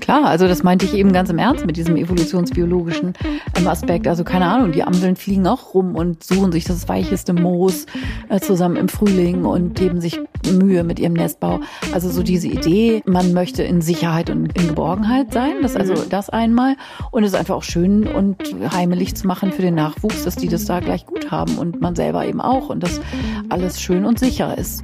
klar, also das meinte ich eben ganz im Ernst mit diesem evolutionsbiologischen Aspekt. Also keine Ahnung, die Amseln fliegen auch rum und suchen sich das weicheste Moos zusammen im Frühling und geben sich Mühe mit ihrem Nestbau. Also so diese Idee, man möchte in Sicherheit und in Geborgenheit sein, das also das einmal. Und es ist einfach auch schön und heimelig zu machen für den Nachwuchs, dass die das da gleich gut haben und man selber eben auch und dass alles schön und sicher ist.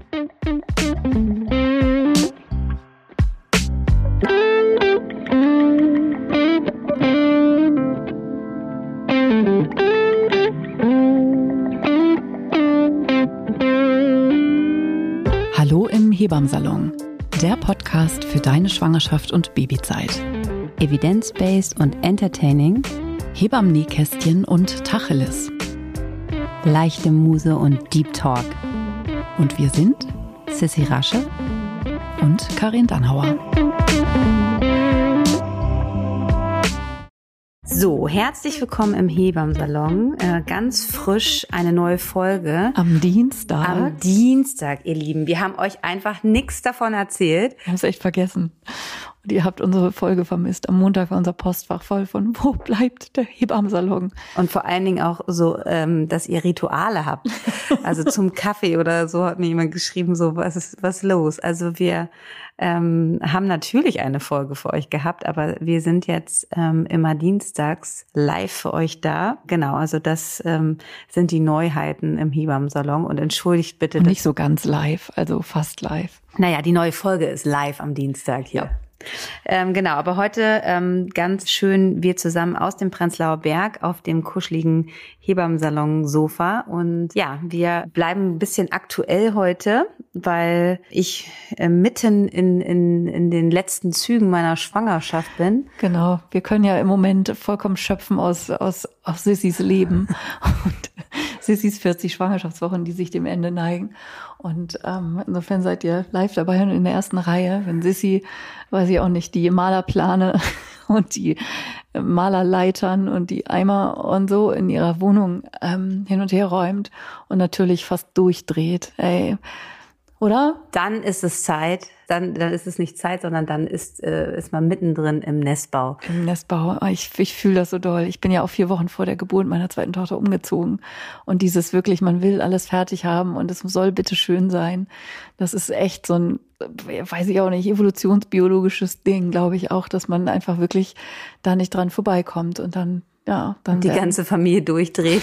Hallo im Hebammsalon, der Podcast für deine Schwangerschaft und Babyzeit. Evidence-based und entertaining, Hebammen-Nähkästchen und Tacheles. leichte Muse und Deep Talk. Und wir sind Sissi Rasche und Karin Dannhauer. So, herzlich willkommen im Hebammsalon. Ganz frisch eine neue Folge. Am Dienstag. Am Dienstag, ihr Lieben. Wir haben euch einfach nichts davon erzählt. Wir haben es echt vergessen. Und ihr habt unsere Folge vermisst. Am Montag war unser Postfach voll von, wo bleibt der Hebammsalon? Und vor allen Dingen auch so, dass ihr Rituale habt. Also zum Kaffee oder so hat mir jemand geschrieben, so, was ist los? Also wir haben natürlich eine Folge für euch gehabt, aber wir sind jetzt immer dienstags live für euch da. Genau, also das sind die Neuheiten im Hebammsalon. Und entschuldigt bitte. Und nicht so ganz live, also fast live. Naja, die neue Folge ist live am Dienstag hier. Ja. Genau, aber heute ganz schön wir zusammen aus dem Prenzlauer Berg auf dem kuscheligen Hebammsalon-Sofa. Und ja, wir bleiben ein bisschen aktuell heute, weil ich mitten in den letzten Zügen meiner Schwangerschaft bin. Genau, wir können ja im Moment vollkommen schöpfen aus Sissis Leben und Sissis 40 Schwangerschaftswochen, die sich dem Ende neigen. Und insofern seid ihr live dabei und in der ersten Reihe, wenn Sissi, weiß ich auch nicht, die Malerplane und die Malerleitern und die Eimer und so in ihrer Wohnung hin und her räumt und natürlich fast durchdreht. Ey, oder? Dann ist es Zeit. Dann ist es nicht Zeit, sondern dann ist man mittendrin im Nestbau. Im Nestbau. Ich fühle das so doll. Ich bin ja auch 4 Wochen vor der Geburt meiner zweiten Tochter umgezogen. Und dieses wirklich, man will alles fertig haben und es soll bitte schön sein. Das ist echt so ein, weiß ich auch nicht, evolutionsbiologisches Ding, glaube ich auch, dass man einfach wirklich da nicht dran vorbeikommt und dann die ganze Familie durchdreht.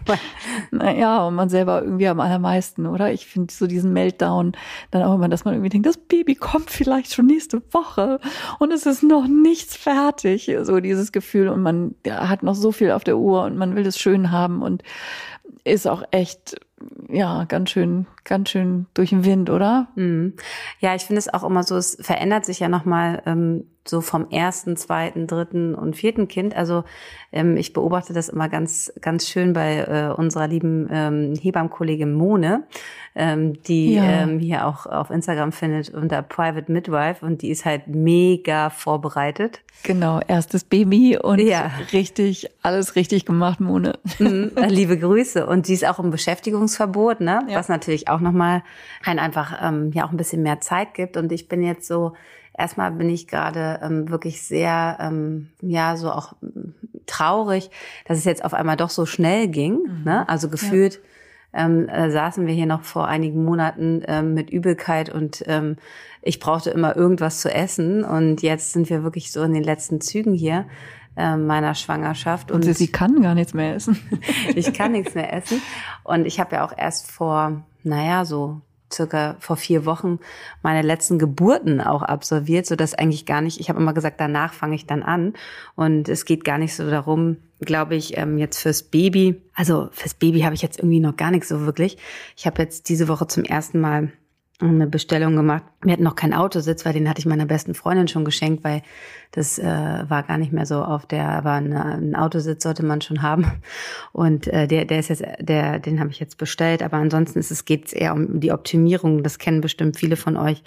Naja, und man selber irgendwie am allermeisten, oder? Ich finde so diesen Meltdown dann auch immer, dass man irgendwie denkt, das Baby kommt vielleicht schon nächste Woche und es ist noch nichts fertig. So dieses Gefühl und man hat noch so viel auf der Uhr und man will es schön haben und ist auch echt, ja, ganz schön durch den Wind, oder? Mhm. Ja, ich finde es auch immer so, es verändert sich ja nochmal so vom 1., 2., 3. und 4. Kind. Also ich beobachte das immer ganz, ganz schön bei unserer lieben Hebammkollegin Mone, die hier auch auf Instagram findet unter Private Midwife und die ist halt mega vorbereitet. Genau, erstes Baby und alles richtig gemacht, Mone. Liebe Grüße. Und sie ist auch im Beschäftigungsverbot, ne? Ja. Was natürlich auch nochmal einfach auch ein bisschen mehr Zeit gibt. Und ich bin jetzt so, erstmal bin ich gerade wirklich sehr, so auch traurig, dass es jetzt auf einmal doch so schnell ging. Ne? Also gefühlt saßen wir hier noch vor einigen Monaten mit Übelkeit und ich brauchte immer irgendwas zu essen. Und jetzt sind wir wirklich so in den letzten Zügen hier meiner Schwangerschaft. Und sie kann gar nichts mehr essen. Ich kann nichts mehr essen. Und ich habe ja auch erst vor circa vor 4 Wochen meine letzten Geburten auch absolviert, so dass eigentlich gar nicht, ich habe immer gesagt, danach fange ich dann an. Und es geht gar nicht so darum, glaube ich, jetzt fürs Baby. Also fürs Baby habe ich jetzt irgendwie noch gar nichts so wirklich. Ich habe jetzt diese Woche zum ersten Mal eine Bestellung gemacht. Wir hatten noch keinen Autositz, weil den hatte ich meiner besten Freundin schon geschenkt, weil das war gar nicht mehr so aber einen Autositz sollte man schon haben. Und der ist jetzt, den habe ich jetzt bestellt. Aber ansonsten geht es eher um die Optimierung. Das kennen bestimmt viele von euch.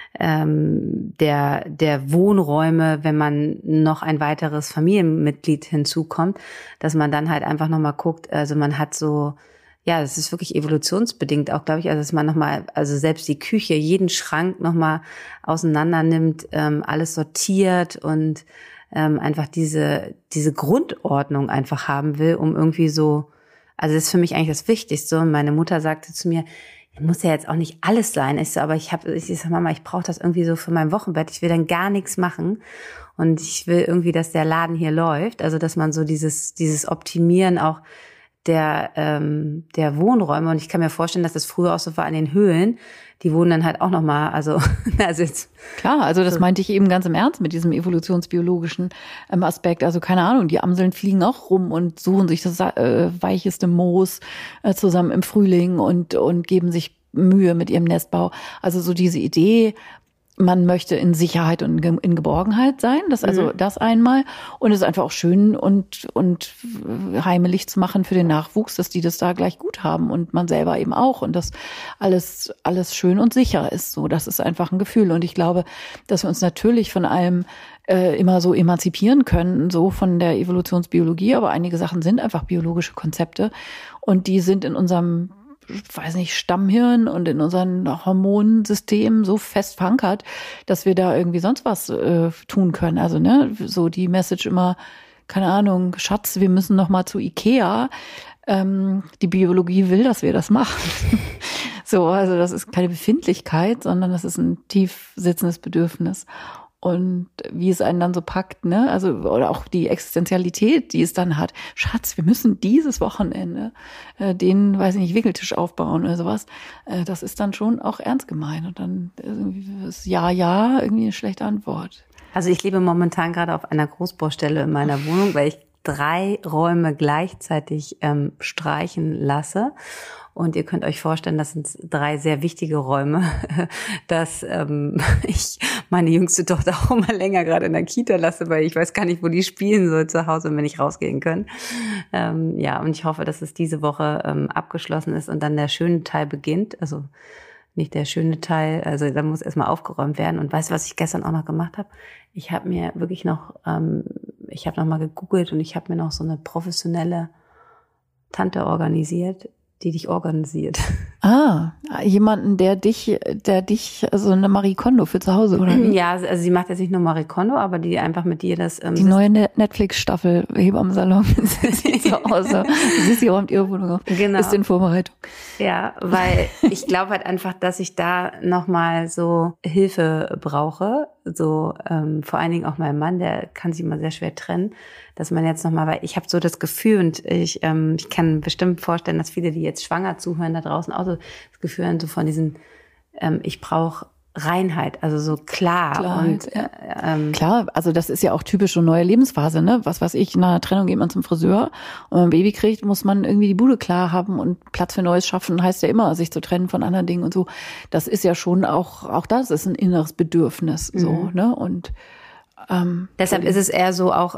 Der Wohnräume, wenn man noch ein weiteres Familienmitglied hinzukommt, dass man dann halt einfach nochmal guckt. Also man hat so ja, das ist wirklich evolutionsbedingt auch, glaube ich, also dass man nochmal, also selbst die Küche, jeden Schrank nochmal auseinander nimmt, alles sortiert und einfach diese Grundordnung einfach haben will, um irgendwie so, also das ist für mich eigentlich das Wichtigste. Und meine Mutter sagte zu mir, muss ja jetzt auch nicht alles sein. Ich so, aber ich sag, Mama, ich brauche das irgendwie so für mein Wochenbett. Ich will dann gar nichts machen. Und ich will irgendwie, dass der Laden hier läuft. Also, dass man so dieses Optimieren auch der Wohnräume. Und ich kann mir vorstellen, dass das früher auch so war an den Höhlen. Die wurden dann halt auch nochmal, also jetzt. Klar, also das meinte ich eben ganz im Ernst mit diesem evolutionsbiologischen Aspekt. Also keine Ahnung, die Amseln fliegen auch rum und suchen sich das weicheste Moos zusammen im Frühling und geben sich Mühe mit ihrem Nestbau. Also so diese Idee, man möchte in Sicherheit und in Geborgenheit sein, das einmal. Und es ist einfach auch schön und heimelig zu machen für den Nachwuchs, dass die das da gleich gut haben und man selber eben auch und dass alles schön und sicher ist. So, das ist einfach ein Gefühl. Und ich glaube, dass wir uns natürlich von allem immer so emanzipieren können, so von der Evolutionsbiologie, aber einige Sachen sind einfach biologische Konzepte und die sind in unserem Stammhirn und in unserem Hormonsystem so fest verankert, dass wir da irgendwie sonst was tun können. Also, so die Message immer, keine Ahnung, Schatz, wir müssen noch mal zu Ikea. Die Biologie will, dass wir das machen. So, also das ist keine Befindlichkeit, sondern das ist ein tief sitzendes Bedürfnis. Und wie es einen dann so packt, ne? Also, oder auch die Existenzialität, die es dann hat. Schatz, wir müssen dieses Wochenende den, weiß ich nicht, Wickeltisch aufbauen oder sowas. Das ist dann schon auch ernst gemeint. Und dann ist ja irgendwie eine schlechte Antwort. Also ich lebe momentan gerade auf einer Großbaustelle in meiner Wohnung, weil ich 3 Räume gleichzeitig streichen lasse. Und ihr könnt euch vorstellen, das sind 3 sehr wichtige Räume, dass ich meine jüngste Tochter auch mal länger gerade in der Kita lasse, weil ich weiß gar nicht, wo die spielen soll zu Hause, wenn wir nicht rausgehen können. Ja, und ich hoffe, dass es diese Woche abgeschlossen ist und dann der schöne Teil beginnt. Also nicht der schöne Teil, also da muss erstmal aufgeräumt werden. Und weißt du, was ich gestern auch noch gemacht habe? Ich habe mir wirklich noch, ich habe noch mal gegoogelt und ich habe mir noch so eine professionelle Tante organisiert, die dich organisiert. Jemanden, der dich, also eine Marie Kondo für zu Hause, oder wie? Ja, also sie macht jetzt nicht nur Marie Kondo, aber die einfach mit dir das... die neue Netflix-Staffel Hebammensalon sieht so aus. Sie räumt ihre Wohnung auf. Genau. Ist in Vorbereitung. Ja, weil ich glaube halt einfach, dass ich da nochmal so Hilfe brauche. So vor allen Dingen auch mein Mann, der kann sich immer sehr schwer trennen, dass man jetzt nochmal, weil ich habe so das Gefühl und ich kann bestimmt vorstellen, dass viele, die jetzt schwanger zuhören, da draußen auch so das Gefühl haben, so von diesen, ich brauche Reinheit, also so Klarheit, und klar, also das ist ja auch typisch so neue Lebensphase, ne? Was weiß ich, nach einer Trennung geht man zum Friseur und wenn man ein Baby kriegt, muss man irgendwie die Bude klar haben und Platz für Neues schaffen, heißt ja immer, sich zu trennen von anderen Dingen und so. Das ist ja schon auch das ist ein inneres Bedürfnis, so, ne? Und deshalb ist es eher so auch,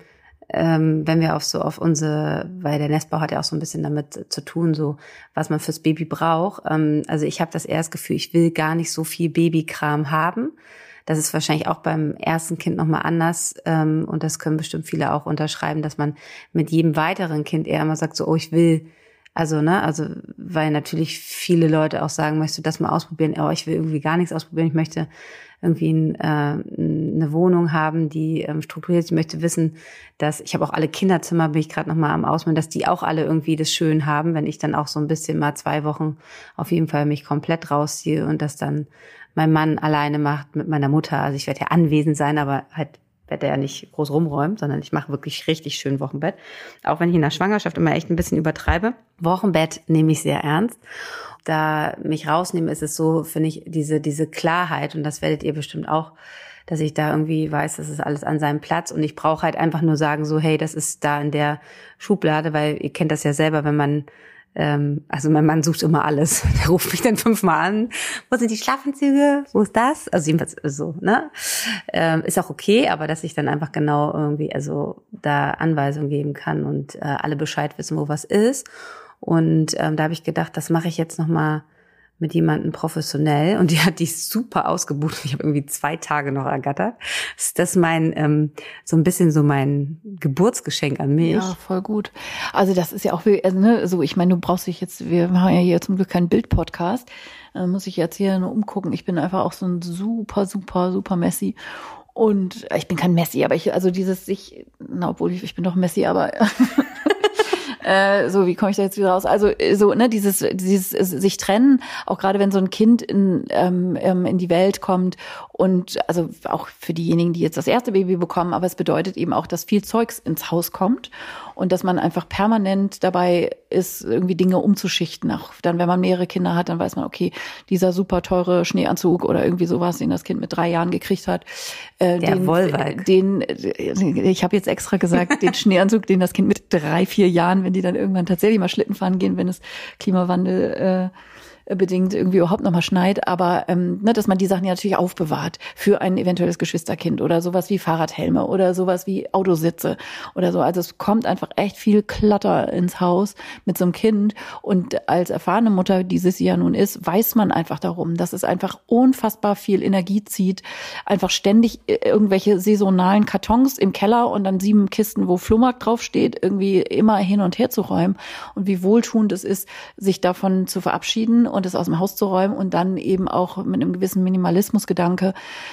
wenn wir auf unsere, weil der Nestbau hat ja auch so ein bisschen damit zu tun, so was man fürs Baby braucht. Also ich habe das eher das Gefühl, ich will gar nicht so viel Babykram haben. Das ist wahrscheinlich auch beim ersten Kind nochmal anders. Und das können bestimmt viele auch unterschreiben, dass man mit jedem weiteren Kind eher immer sagt, so, oh, ich will, also weil natürlich viele Leute auch sagen, möchtest du das mal ausprobieren? Oh, ich will irgendwie gar nichts ausprobieren. Ich möchte irgendwie eine Wohnung haben, die strukturiert ist. Ich möchte wissen, dass, ich habe auch alle Kinderzimmer, bin ich gerade nochmal am Ausmalen, dass die auch alle irgendwie das schön haben, wenn ich dann auch so ein bisschen mal 2 Wochen auf jeden Fall mich komplett rausziehe und das dann mein Mann alleine macht mit meiner Mutter. Also ich werde ja anwesend sein, aber halt werde ja nicht groß rumräumen, sondern ich mache wirklich richtig schön Wochenbett. Auch wenn ich in der Schwangerschaft immer echt ein bisschen übertreibe. Wochenbett nehme ich sehr ernst. Da mich rausnehme, ist es so, finde ich, diese Klarheit, und das werdet ihr bestimmt auch, dass ich da irgendwie weiß, das ist alles an seinem Platz und ich brauche halt einfach nur sagen so, hey, das ist da in der Schublade, weil ihr kennt das ja selber, wenn man, also mein Mann sucht immer alles, der ruft mich dann 5-mal an, wo sind die Schlafanzüge, wo ist das? Also jedenfalls so, ne? Ist auch okay, aber dass ich dann einfach genau irgendwie, also da Anweisungen geben kann und alle Bescheid wissen, wo was ist. Und da habe ich gedacht, das mache ich jetzt nochmal mit jemandem professionell und die hat die super ausgebucht. Ich habe irgendwie 2 Tage noch ergattert. Das ist mein so ein bisschen so mein Geburtsgeschenk an mich. Ja, voll gut. Also das ist ja auch, ne, so ich meine, du brauchst dich jetzt, wir machen ja hier zum Glück keinen Bild-Podcast, muss ich jetzt hier nur umgucken. Ich bin einfach auch so ein super Messi. Und ich bin kein Messi, aber obwohl ich bin doch Messi, aber so, wie komme ich da jetzt wieder raus? Also so, ne, dieses sich trennen, auch gerade wenn so ein Kind in die Welt kommt und also auch für diejenigen, die jetzt das erste Baby bekommen, aber es bedeutet eben auch, dass viel Zeugs ins Haus kommt und dass man einfach permanent dabei ist, irgendwie Dinge umzuschichten. Auch dann, wenn man mehrere Kinder hat, dann weiß man, okay, dieser super teure Schneeanzug oder irgendwie sowas, den das Kind mit 3 Jahren gekriegt hat. Der Wollwalk. Ich habe jetzt extra gesagt, den Schneeanzug, den das Kind mit 3, 4 Jahren, wenn die dann irgendwann tatsächlich mal Schlitten fahren gehen, wenn es Klimawandel bedingt irgendwie überhaupt noch mal schneit, aber dass man die Sachen ja natürlich aufbewahrt für ein eventuelles Geschwisterkind oder sowas wie Fahrradhelme oder sowas wie Autositze oder so. Also es kommt einfach echt viel Klatter ins Haus mit so einem Kind und als erfahrene Mutter, die sie ja nun ist, weiß man einfach darum, dass es einfach unfassbar viel Energie zieht, einfach ständig irgendwelche saisonalen Kartons im Keller und dann 7 Kisten, wo Flohmarkt draufsteht, irgendwie immer hin und her zu räumen und wie wohltuend es ist, sich davon zu verabschieden und es aus dem Haus zu räumen und dann eben auch mit einem gewissen Minimalismusgedanken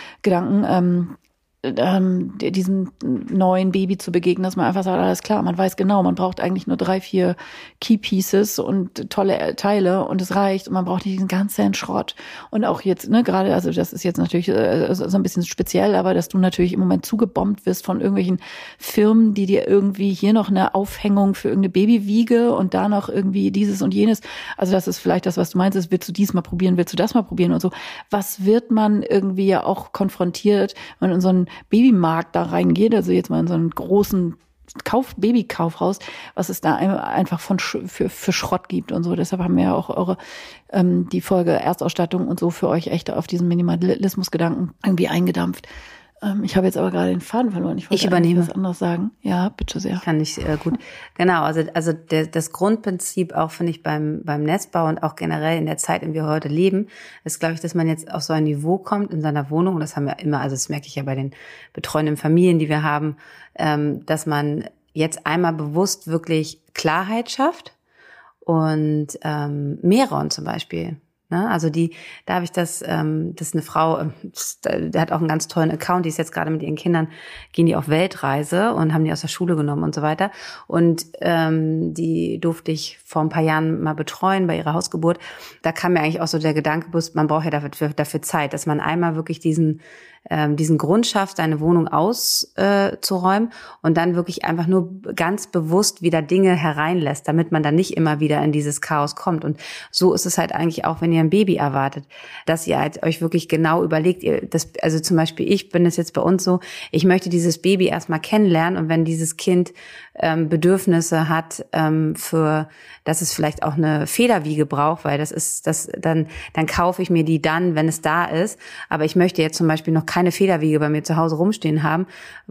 diesem neuen Baby zu begegnen, dass man einfach sagt, alles klar, man weiß genau, man braucht eigentlich nur 3, 4 Key Pieces und tolle Teile und es reicht und man braucht nicht diesen ganzen Schrott. Und auch jetzt, ne, gerade, also das ist jetzt natürlich so ein bisschen speziell, aber dass du natürlich im Moment zugebombt wirst von irgendwelchen Firmen, die dir irgendwie hier noch eine Aufhängung für irgendeine Babywiege und da noch irgendwie dieses und jenes. Also das ist vielleicht das, was du meinst, ist, willst du dies mal probieren, willst du das mal probieren und so. Was wird man irgendwie ja auch konfrontiert, wenn man in so einen Babymarkt da reingeht, also jetzt mal in so einen großen Babykaufhaus, was es da einfach für Schrott gibt und so. Deshalb haben wir ja auch eure die Folge Erstausstattung und so für euch echt auf diesen Minimalismusgedanken irgendwie eingedampft. Ich habe jetzt aber gerade den Faden verloren. Ich wollte was anderes sagen. Ja, bitte sehr. Kann ich gut. Genau, also das Grundprinzip auch, finde ich, beim Nestbau und auch generell in der Zeit, in der wir heute leben, ist, glaube ich, dass man jetzt auf so ein Niveau kommt in seiner Wohnung, und das haben wir immer, also das merke ich ja bei den betreuenden Familien, die wir haben, dass man jetzt einmal bewusst wirklich Klarheit schafft und Mehrraum zum Beispiel. Ne? Also da habe ich das ist eine Frau, der hat auch einen ganz tollen Account, die ist jetzt gerade mit ihren Kindern, gehen die auf Weltreise und haben die aus der Schule genommen und so weiter. Und die durfte ich vor ein paar Jahren mal betreuen bei ihrer Hausgeburt. Da kam mir eigentlich auch so der Gedanke, man braucht ja dafür Zeit, dass man einmal wirklich diesen Grund schafft, seine Wohnung auszuräumen und dann wirklich einfach nur ganz bewusst wieder Dinge hereinlässt, damit man dann nicht immer wieder in dieses Chaos kommt. Und so ist es halt eigentlich auch, wenn ihr ein Baby erwartet, dass ihr halt euch wirklich genau überlegt, also zum Beispiel ich bin es jetzt bei uns so, ich möchte dieses Baby erstmal kennenlernen, und wenn dieses Kind Bedürfnisse hat, dass es vielleicht auch eine Federwiege braucht, weil dann kaufe ich mir die dann, wenn es da ist. Aber ich möchte jetzt zum Beispiel noch keine Federwiege bei mir zu Hause rumstehen haben,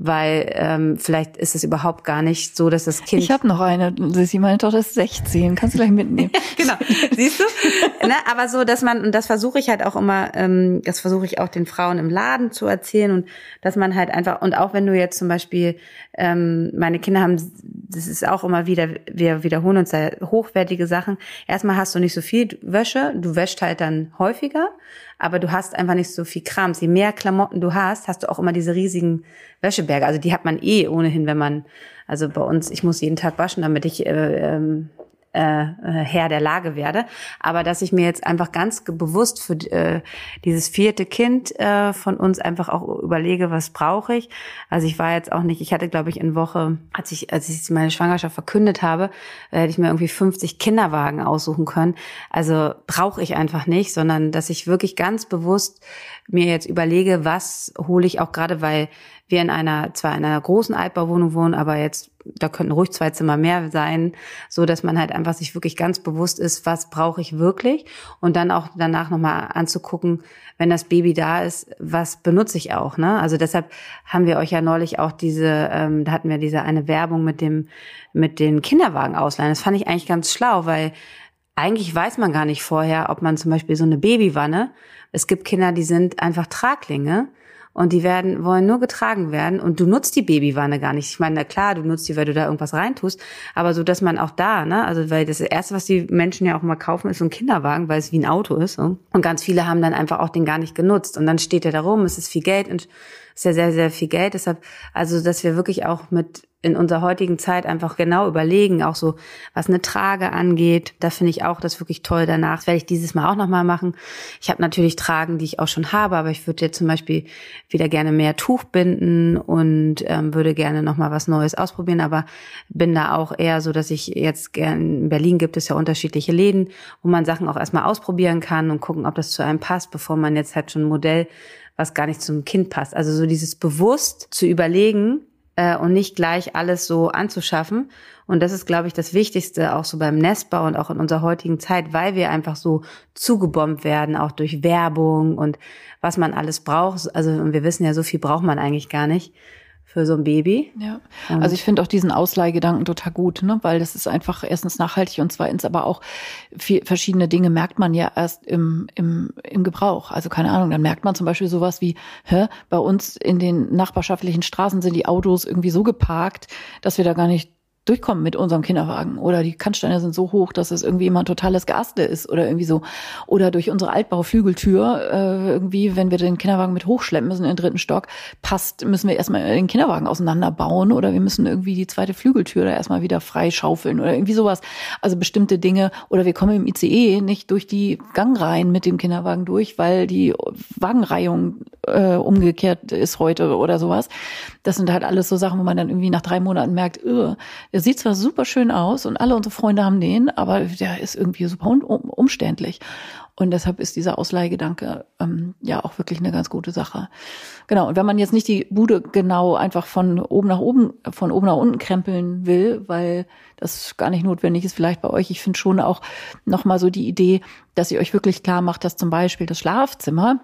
weil vielleicht ist es überhaupt gar nicht so, dass das Kind... Ich habe noch eine, Sissi, meine Tochter ist 16, kannst du gleich mitnehmen. Genau, siehst du? Ne, aber so, dass man, und das versuche ich halt auch immer, das versuche ich auch den Frauen im Laden zu erzählen, und dass man halt einfach, und auch wenn du jetzt zum Beispiel, meine Kinder haben, das ist auch immer wieder, wir wiederholen uns da hochwertige Sachen. Erstmal hast du nicht so viel Wäsche, du wäschst halt dann häufiger, aber du hast einfach nicht so viel Krams. Je mehr Klamotten du hast du auch immer diese riesigen Wäscheberge. Also die hat man ohnehin, wenn man, also bei uns, ich muss jeden Tag waschen, damit ich Herr der Lage werde, aber dass ich mir jetzt einfach ganz bewusst für dieses 4. Kind von uns einfach auch überlege, was brauche ich. Also ich war jetzt auch nicht, ich hatte, glaube ich, in Woche, als ich meine Schwangerschaft verkündet habe, hätte ich mir irgendwie 50 Kinderwagen aussuchen können. Also brauche ich einfach nicht, sondern dass ich wirklich ganz bewusst mir jetzt überlege, was hole ich, auch gerade, weil wir zwar in einer großen Altbauwohnung wohnen, aber jetzt, da könnten ruhig 2 Zimmer mehr sein, so dass man halt einfach sich wirklich ganz bewusst ist, was brauche ich wirklich, und dann auch danach nochmal anzugucken, wenn das Baby da ist, was benutze ich auch, ne? Also deshalb haben wir euch ja neulich auch da hatten wir diese eine Werbung mit den Kinderwagen ausleihen. Das fand ich eigentlich ganz schlau, weil eigentlich weiß man gar nicht vorher, ob man zum Beispiel so eine Babywanne, es gibt Kinder, die sind einfach Traglinge und die wollen nur getragen werden und du nutzt die Babywanne gar nicht. Ich meine, na klar, du nutzt die, weil du da irgendwas reintust, aber so, dass man auch da, ne, also weil das Erste, was die Menschen ja auch mal kaufen, ist so ein Kinderwagen, weil es wie ein Auto ist. So. Und ganz viele haben dann einfach auch den gar nicht genutzt und dann steht der da rum, es ist viel Geld und es ist ja sehr, sehr viel Geld. Deshalb, also, dass wir wirklich auch in unserer heutigen Zeit einfach genau überlegen, auch so, was eine Trage angeht. Da finde ich auch das wirklich toll danach. Das werde ich dieses Mal auch nochmal machen. Ich habe natürlich Tragen, die ich auch schon habe, aber ich würde jetzt zum Beispiel wieder gerne mehr Tuch binden und würde gerne nochmal was Neues ausprobieren, aber bin da auch eher so, dass ich jetzt gerne, in Berlin gibt es ja unterschiedliche Läden, wo man Sachen auch erstmal ausprobieren kann und gucken, ob das zu einem passt, bevor man jetzt halt schon ein Modell, was gar nicht zum Kind passt. Also so dieses bewusst zu überlegen, und nicht gleich alles so anzuschaffen. Und das ist, glaube ich, das Wichtigste auch so beim Nestbau und auch in unserer heutigen Zeit, weil wir einfach so zugebombt werden, auch durch Werbung und was man alles braucht. Also und wir wissen ja, so viel braucht man eigentlich gar nicht für so ein Baby. Ja, also ich finde auch diesen Ausleihgedanken total gut, ne? Weil das ist einfach erstens nachhaltig und zweitens aber auch verschiedene Dinge merkt man ja erst im Gebrauch. Also keine Ahnung, dann merkt man zum Beispiel sowas wie, bei uns in den nachbarschaftlichen Straßen sind die Autos irgendwie so geparkt, dass wir da gar nicht durchkommen mit unserem Kinderwagen oder die Kannsteine sind so hoch, dass es irgendwie immer ein totales Geaste ist oder irgendwie so. Oder durch unsere Altbauflügeltür irgendwie, wenn wir den Kinderwagen mit hochschleppen müssen in den 3. Stock, müssen wir erstmal den Kinderwagen auseinanderbauen oder wir müssen irgendwie die 2. Flügeltür da erstmal wieder freischaufeln oder irgendwie sowas. Also bestimmte Dinge. Oder wir kommen im ICE nicht durch die Gangreihen mit dem Kinderwagen durch, weil die Wagenreihung umgekehrt ist heute oder sowas. Das sind halt alles so Sachen, wo man dann irgendwie nach 3 Monaten merkt, der sieht zwar super schön aus und alle unsere Freunde haben den, aber der ist irgendwie super umständlich. Und deshalb ist dieser Ausleihgedanke ja auch wirklich eine ganz gute Sache. Genau, und wenn man jetzt nicht die Bude genau einfach von oben nach unten krempeln will, weil das gar nicht notwendig ist, vielleicht bei euch, ich finde schon auch nochmal so die Idee, dass ihr euch wirklich klar macht, dass zum Beispiel das Schlafzimmer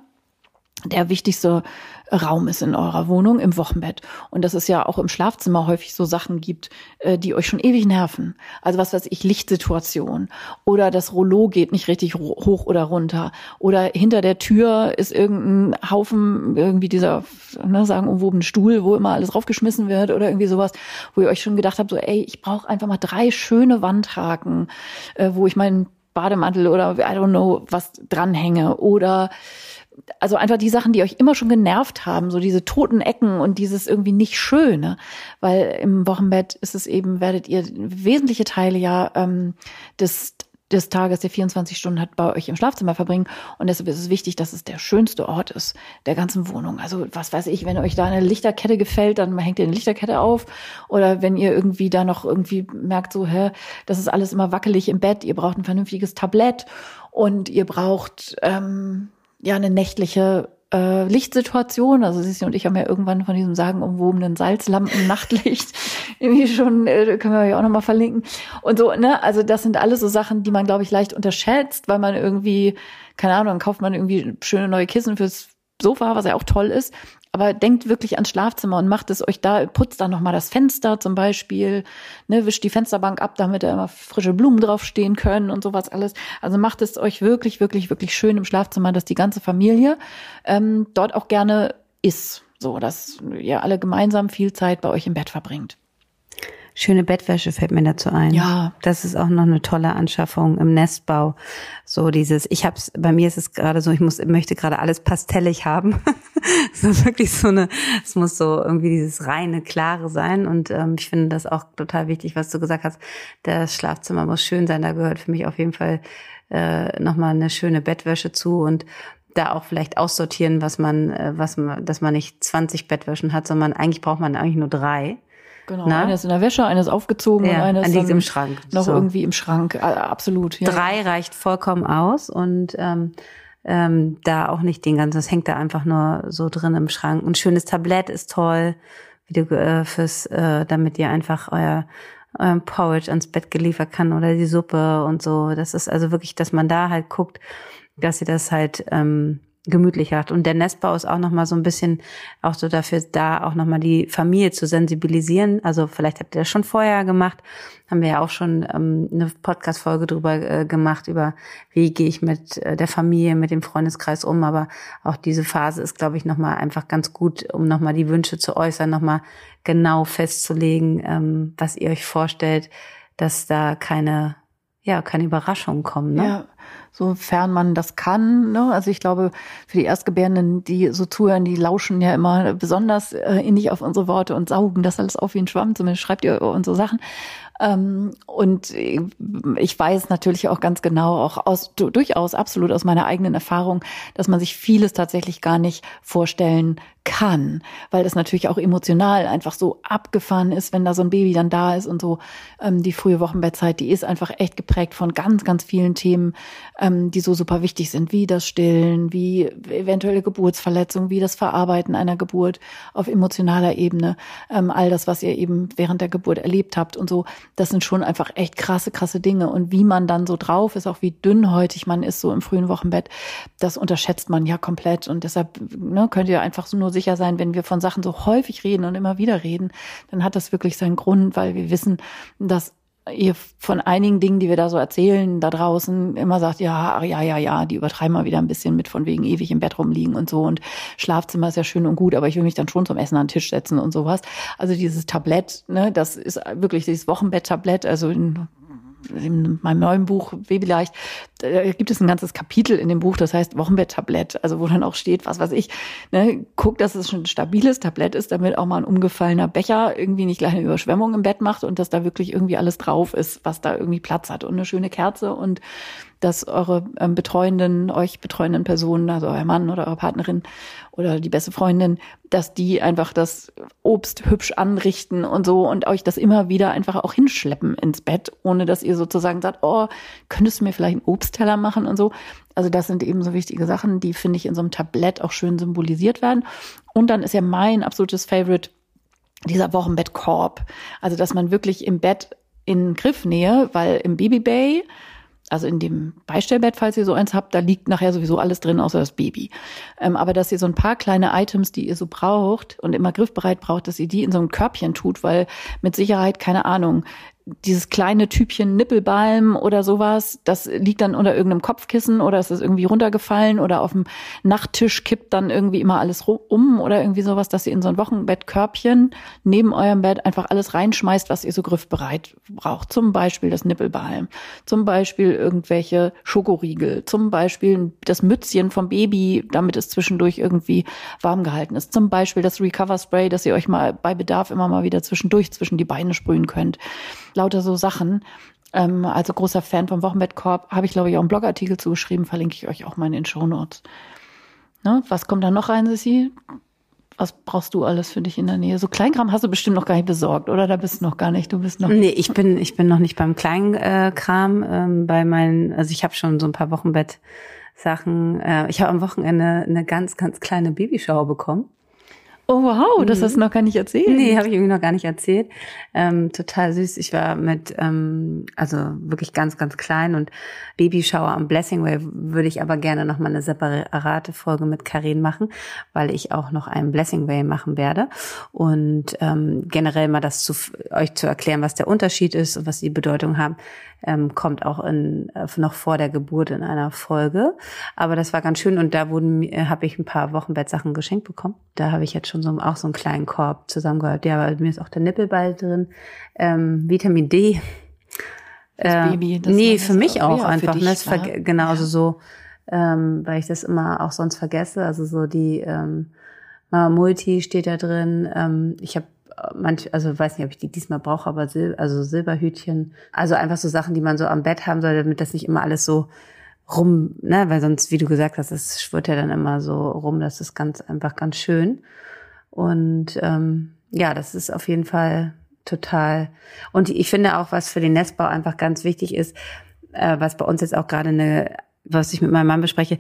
der wichtigste Raum ist in eurer Wohnung im Wochenbett. Und dass es ja auch im Schlafzimmer häufig so Sachen gibt, die euch schon ewig nerven. Also was weiß ich, Lichtsituation. Oder das Rollo geht nicht richtig hoch oder runter. Oder hinter der Tür ist irgendein Haufen, irgendwie dieser, sagenumwobene Stuhl, wo immer alles draufgeschmissen wird oder irgendwie sowas, wo ihr euch schon gedacht habt, so ich brauche einfach mal 3 schöne Wandhaken, wo ich meinen Bademantel oder I don't know was dranhänge. Oder also einfach die Sachen, die euch immer schon genervt haben, so diese toten Ecken und dieses irgendwie nicht Schöne. Weil im Wochenbett ist es eben, werdet ihr wesentliche Teile ja des Tages, der 24 Stunden hat, bei euch im Schlafzimmer verbringen. Und deshalb ist es wichtig, dass es der schönste Ort ist der ganzen Wohnung. Also was weiß ich, wenn euch da eine Lichterkette gefällt, dann hängt ihr eine Lichterkette auf. Oder wenn ihr irgendwie da noch irgendwie merkt, so, das ist alles immer wackelig im Bett. Ihr braucht ein vernünftiges Tablett und ihr braucht eine nächtliche Lichtsituation. Also Sissi und ich haben ja irgendwann von diesem sagenumwobenen Salzlampen-Nachtlicht irgendwie schon, können wir ja auch nochmal verlinken. Und so, ne, also das sind alles so Sachen, die man, glaube ich, leicht unterschätzt, weil man irgendwie, keine Ahnung, dann kauft man irgendwie schöne neue Kissen fürs Sofa, was ja auch toll ist. Aber denkt wirklich ans Schlafzimmer und macht es euch da, putzt da nochmal das Fenster zum Beispiel, ne, wischt die Fensterbank ab, damit da immer frische Blumen draufstehen können und sowas alles. Also macht es euch wirklich, wirklich, wirklich schön im Schlafzimmer, dass die ganze Familie dort auch gerne ist. So, dass ihr alle gemeinsam viel Zeit bei euch im Bett verbringt. Schöne Bettwäsche fällt mir dazu ein. Ja. Das ist auch noch eine tolle Anschaffung im Nestbau. So bei mir ist es gerade so, ich möchte gerade alles pastellig haben. So wirklich es muss so irgendwie dieses reine, klare sein. Und ich finde das auch total wichtig, was du gesagt hast. Das Schlafzimmer muss schön sein. Da gehört für mich auf jeden Fall nochmal eine schöne Bettwäsche zu und da auch vielleicht aussortieren, dass man nicht 20 Bettwäschen hat, sondern eigentlich braucht man nur 3. Genau, eine ist in der Wäsche, eine ist aufgezogen und eine ist liegt im Schrank. Noch so. Irgendwie im Schrank, absolut. Ja. 3 reicht vollkommen aus und da auch nicht den ganzen, das hängt da einfach nur so drin im Schrank. Ein schönes Tablett ist toll, damit ihr einfach euer Porridge ans Bett geliefert kann oder die Suppe und so. Das ist also wirklich, dass man da halt guckt, dass ihr das halt gemütlicher hat. Und der Nestbau ist auch nochmal so ein bisschen auch so dafür da, auch nochmal die Familie zu sensibilisieren. Also vielleicht habt ihr das schon vorher gemacht. Haben wir ja auch schon eine Podcast-Folge drüber gemacht, über wie gehe ich mit der Familie, mit dem Freundeskreis um. Aber auch diese Phase ist, glaube ich, nochmal einfach ganz gut, um nochmal die Wünsche zu äußern, nochmal genau festzulegen, was ihr euch vorstellt, dass da keine Überraschungen kommen. Ne? Ja, sofern man das kann. Ne? Also ich glaube, für die Erstgebärenden, die so zuhören, die lauschen ja immer besonders innig auf unsere Worte und saugen das alles auf wie ein Schwamm. Zumindest schreibt ihr und so Sachen. Und ich weiß natürlich auch ganz genau, auch durchaus absolut aus meiner eigenen Erfahrung, dass man sich vieles tatsächlich gar nicht vorstellen kann, weil das natürlich auch emotional einfach so abgefahren ist, wenn da so ein Baby dann da ist und so. Die frühe Wochenbettzeit, die ist einfach echt geprägt von ganz, ganz vielen Themen, die so super wichtig sind, wie das Stillen, wie eventuelle Geburtsverletzungen, wie das Verarbeiten einer Geburt auf emotionaler Ebene, all das, was ihr eben während der Geburt erlebt habt und so. Das sind schon einfach echt krasse Dinge. Und wie man dann so drauf ist, auch wie dünnhäutig man ist so im frühen Wochenbett, das unterschätzt man ja komplett. Und deshalb könnt ihr einfach so nur sicher sein, wenn wir von Sachen so häufig reden und immer wieder reden, dann hat das wirklich seinen Grund, weil wir wissen, dass ihr von einigen Dingen, die wir da so erzählen, da draußen immer sagt, ja, die übertreiben mal wieder ein bisschen mit von wegen ewig im Bett rumliegen und so und Schlafzimmer ist ja schön und gut, aber ich will mich dann schon zum Essen an den Tisch setzen und sowas. Also dieses Tablett, ne, das ist wirklich dieses Wochenbett-Tablett, also in meinem neuen Buch Babyleicht, da gibt es ein ganzes Kapitel in dem Buch, das heißt Wochenbett-Tablett, also wo dann auch steht, was weiß ich, ne, guck, dass es schon ein stabiles Tablett ist, damit auch mal ein umgefallener Becher irgendwie nicht gleich eine Überschwemmung im Bett macht und dass da wirklich irgendwie alles drauf ist, was da irgendwie Platz hat und eine schöne Kerze und dass eure euch betreuenden Personen, also euer Mann oder eure Partnerin oder die beste Freundin, dass die einfach das Obst hübsch anrichten und so und euch das immer wieder einfach auch hinschleppen ins Bett, ohne dass ihr sozusagen sagt, oh, könntest du mir vielleicht einen Obstteller machen und so. Also das sind eben so wichtige Sachen, die, finde ich, in so einem Tablett auch schön symbolisiert werden. Und dann ist ja mein absolutes Favorite dieser Wochenbettkorb. Also dass man wirklich im Bett in Griffnähe, weil im Babybay, also in dem Beistellbett, falls ihr so eins habt, da liegt nachher sowieso alles drin, außer das Baby. Aber dass ihr so ein paar kleine Items, die ihr so braucht und immer griffbereit braucht, dass ihr die in so ein Körbchen tut, weil mit Sicherheit, keine Ahnung, dieses kleine Typchen Nippelbalm oder sowas, das liegt dann unter irgendeinem Kopfkissen oder es ist irgendwie runtergefallen oder auf dem Nachttisch kippt dann irgendwie immer alles um oder irgendwie sowas, dass ihr in so ein Wochenbettkörbchen neben eurem Bett einfach alles reinschmeißt, was ihr so griffbereit braucht. Zum Beispiel das Nippelbalm, zum Beispiel irgendwelche Schokoriegel, zum Beispiel das Mützchen vom Baby, damit es zwischendurch irgendwie warm gehalten ist. Zum Beispiel das Recover Spray, dass ihr euch mal bei Bedarf immer mal wieder zwischendurch zwischen die Beine sprühen könnt. Lauter so Sachen. Also großer Fan vom Wochenbettkorb. Habe ich, glaube ich, auch einen Blogartikel zugeschrieben. Verlinke ich euch auch mal in den Shownotes. Ne? Was kommt da noch rein, Sissi? Was brauchst du alles für dich in der Nähe? So Kleinkram hast du bestimmt noch gar nicht besorgt, oder? Da bist du noch gar nicht. Du bist noch. Nee, ich bin noch nicht beim Kleinkram. Also ich habe schon so ein paar Wochenbettsachen. Ich habe am Wochenende eine ganz, ganz kleine Babyshower bekommen. Oh wow, das hast du noch gar nicht erzählt. Nee, habe ich irgendwie noch gar nicht erzählt. Total süß. Ich war mit, also wirklich ganz, ganz klein und Babyshower am Blessing Way würde ich aber gerne noch mal eine separate Folge mit Karin machen, weil ich auch noch einen Blessing Way machen werde und generell mal das euch zu erklären, was der Unterschied ist und was die Bedeutung haben, kommt auch noch vor der Geburt in einer Folge. Aber das war ganz schön und da habe ich ein paar Wochenbettsachen geschenkt bekommen. Da habe ich jetzt schon auch so einen kleinen Korb zusammengehört. Ja, aber mir ist auch der Nippelball drin. Vitamin D. Das Baby. Das für mich auch ja, einfach. Dich, ne? Genauso so, weil ich das immer auch sonst vergesse. Also so die Mama Multi steht da drin. Ich habe also weiß nicht, ob ich die diesmal brauche, aber Silberhütchen. Also einfach so Sachen, die man so am Bett haben soll, damit das nicht immer alles so rum, ne, weil sonst, wie du gesagt hast, es schwirrt ja dann immer so rum, das ist einfach ganz schön. Und ja, das ist auf jeden Fall total. Und ich finde auch, was für den Nestbau einfach ganz wichtig ist, was bei uns jetzt auch gerade was ich mit meinem Mann bespreche,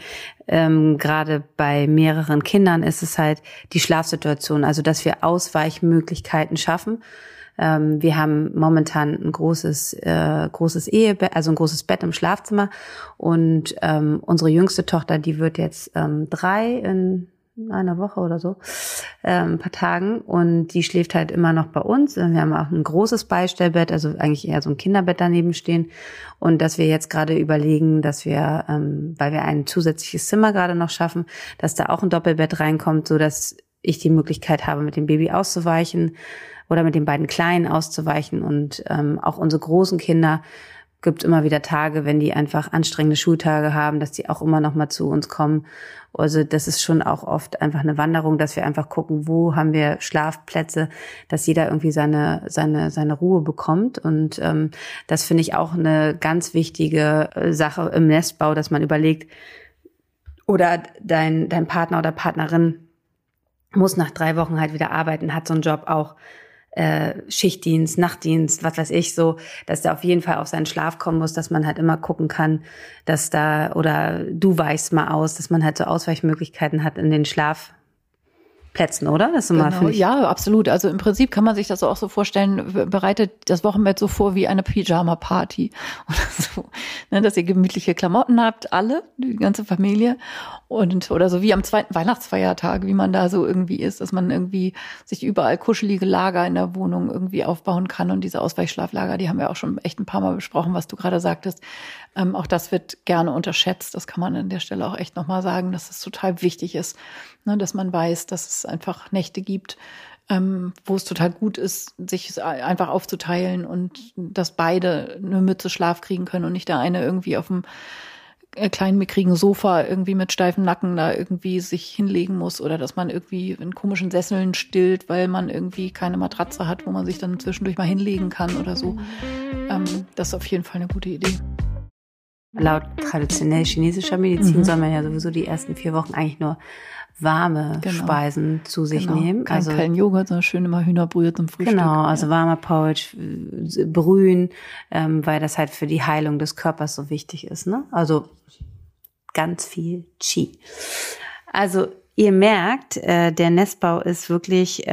gerade bei mehreren Kindern ist es halt die Schlafsituation, also dass wir Ausweichmöglichkeiten schaffen. Wir haben momentan ein großes Ehebett, also ein großes Bett im Schlafzimmer. Und unsere jüngste Tochter, die wird jetzt 3 in einer Woche oder so, ein paar Tagen. Und die schläft halt immer noch bei uns. Wir haben auch ein großes Beistellbett, also eigentlich eher so ein Kinderbett daneben stehen. Und dass wir jetzt gerade überlegen, dass wir, weil wir ein zusätzliches Zimmer gerade noch schaffen, dass da auch ein Doppelbett reinkommt, so dass ich die Möglichkeit habe, mit dem Baby auszuweichen oder mit den beiden Kleinen auszuweichen. Und auch unsere großen Kinder gibt immer wieder Tage, wenn die einfach anstrengende Schultage haben, dass die auch immer noch mal zu uns kommen. Also das ist schon auch oft einfach eine Wanderung, dass wir einfach gucken, wo haben wir Schlafplätze, dass jeder irgendwie seine Ruhe bekommt. Und das finde ich auch eine ganz wichtige Sache im Nestbau, dass man überlegt, oder dein Partner oder Partnerin muss nach 3 Wochen halt wieder arbeiten, hat so einen Job auch, Schichtdienst, Nachtdienst, was weiß ich, so, dass der auf jeden Fall auf seinen Schlaf kommen muss, dass man halt immer gucken kann, dass da, oder du weichst mal aus, dass man halt so Ausweichmöglichkeiten hat in den Schlafplätzen, oder? Das ist immer, genau. Ja, absolut. Also im Prinzip kann man sich das auch so vorstellen, bereitet das Wochenbett so vor wie eine Pyjama-Party oder so, ne, dass ihr gemütliche Klamotten habt, alle, die ganze Familie, und oder so wie am 2. Weihnachtsfeiertag, wie man da so irgendwie ist, dass man irgendwie sich überall kuschelige Lager in der Wohnung irgendwie aufbauen kann. Und diese Ausweichschlaflager, die haben wir auch schon echt ein paar Mal besprochen, was du gerade sagtest. Auch das wird gerne unterschätzt. Das kann man an der Stelle auch echt nochmal sagen, dass es total wichtig ist, ne, dass man weiß, dass es einfach Nächte gibt, wo es total gut ist, sich einfach aufzuteilen und dass beide eine Mütze Schlaf kriegen können und nicht der eine irgendwie auf dem kleinen mickrigen Sofa irgendwie mit steifem Nacken da irgendwie sich hinlegen muss oder dass man irgendwie in komischen Sesseln stillt, weil man irgendwie keine Matratze hat, wo man sich dann zwischendurch mal hinlegen kann oder so. Das ist auf jeden Fall eine gute Idee. Laut traditionell chinesischer Medizin soll man ja sowieso die ersten 4 Wochen eigentlich nur warme Speisen zu sich nehmen. Kein kalten Joghurt, sondern schön immer Hühnerbrühe zum Frühstück. Genau, also warmer Porridge, Brühen, weil das halt für die Heilung des Körpers so wichtig ist, ne? Also ganz viel Qi. Also ihr merkt, der Nestbau ist wirklich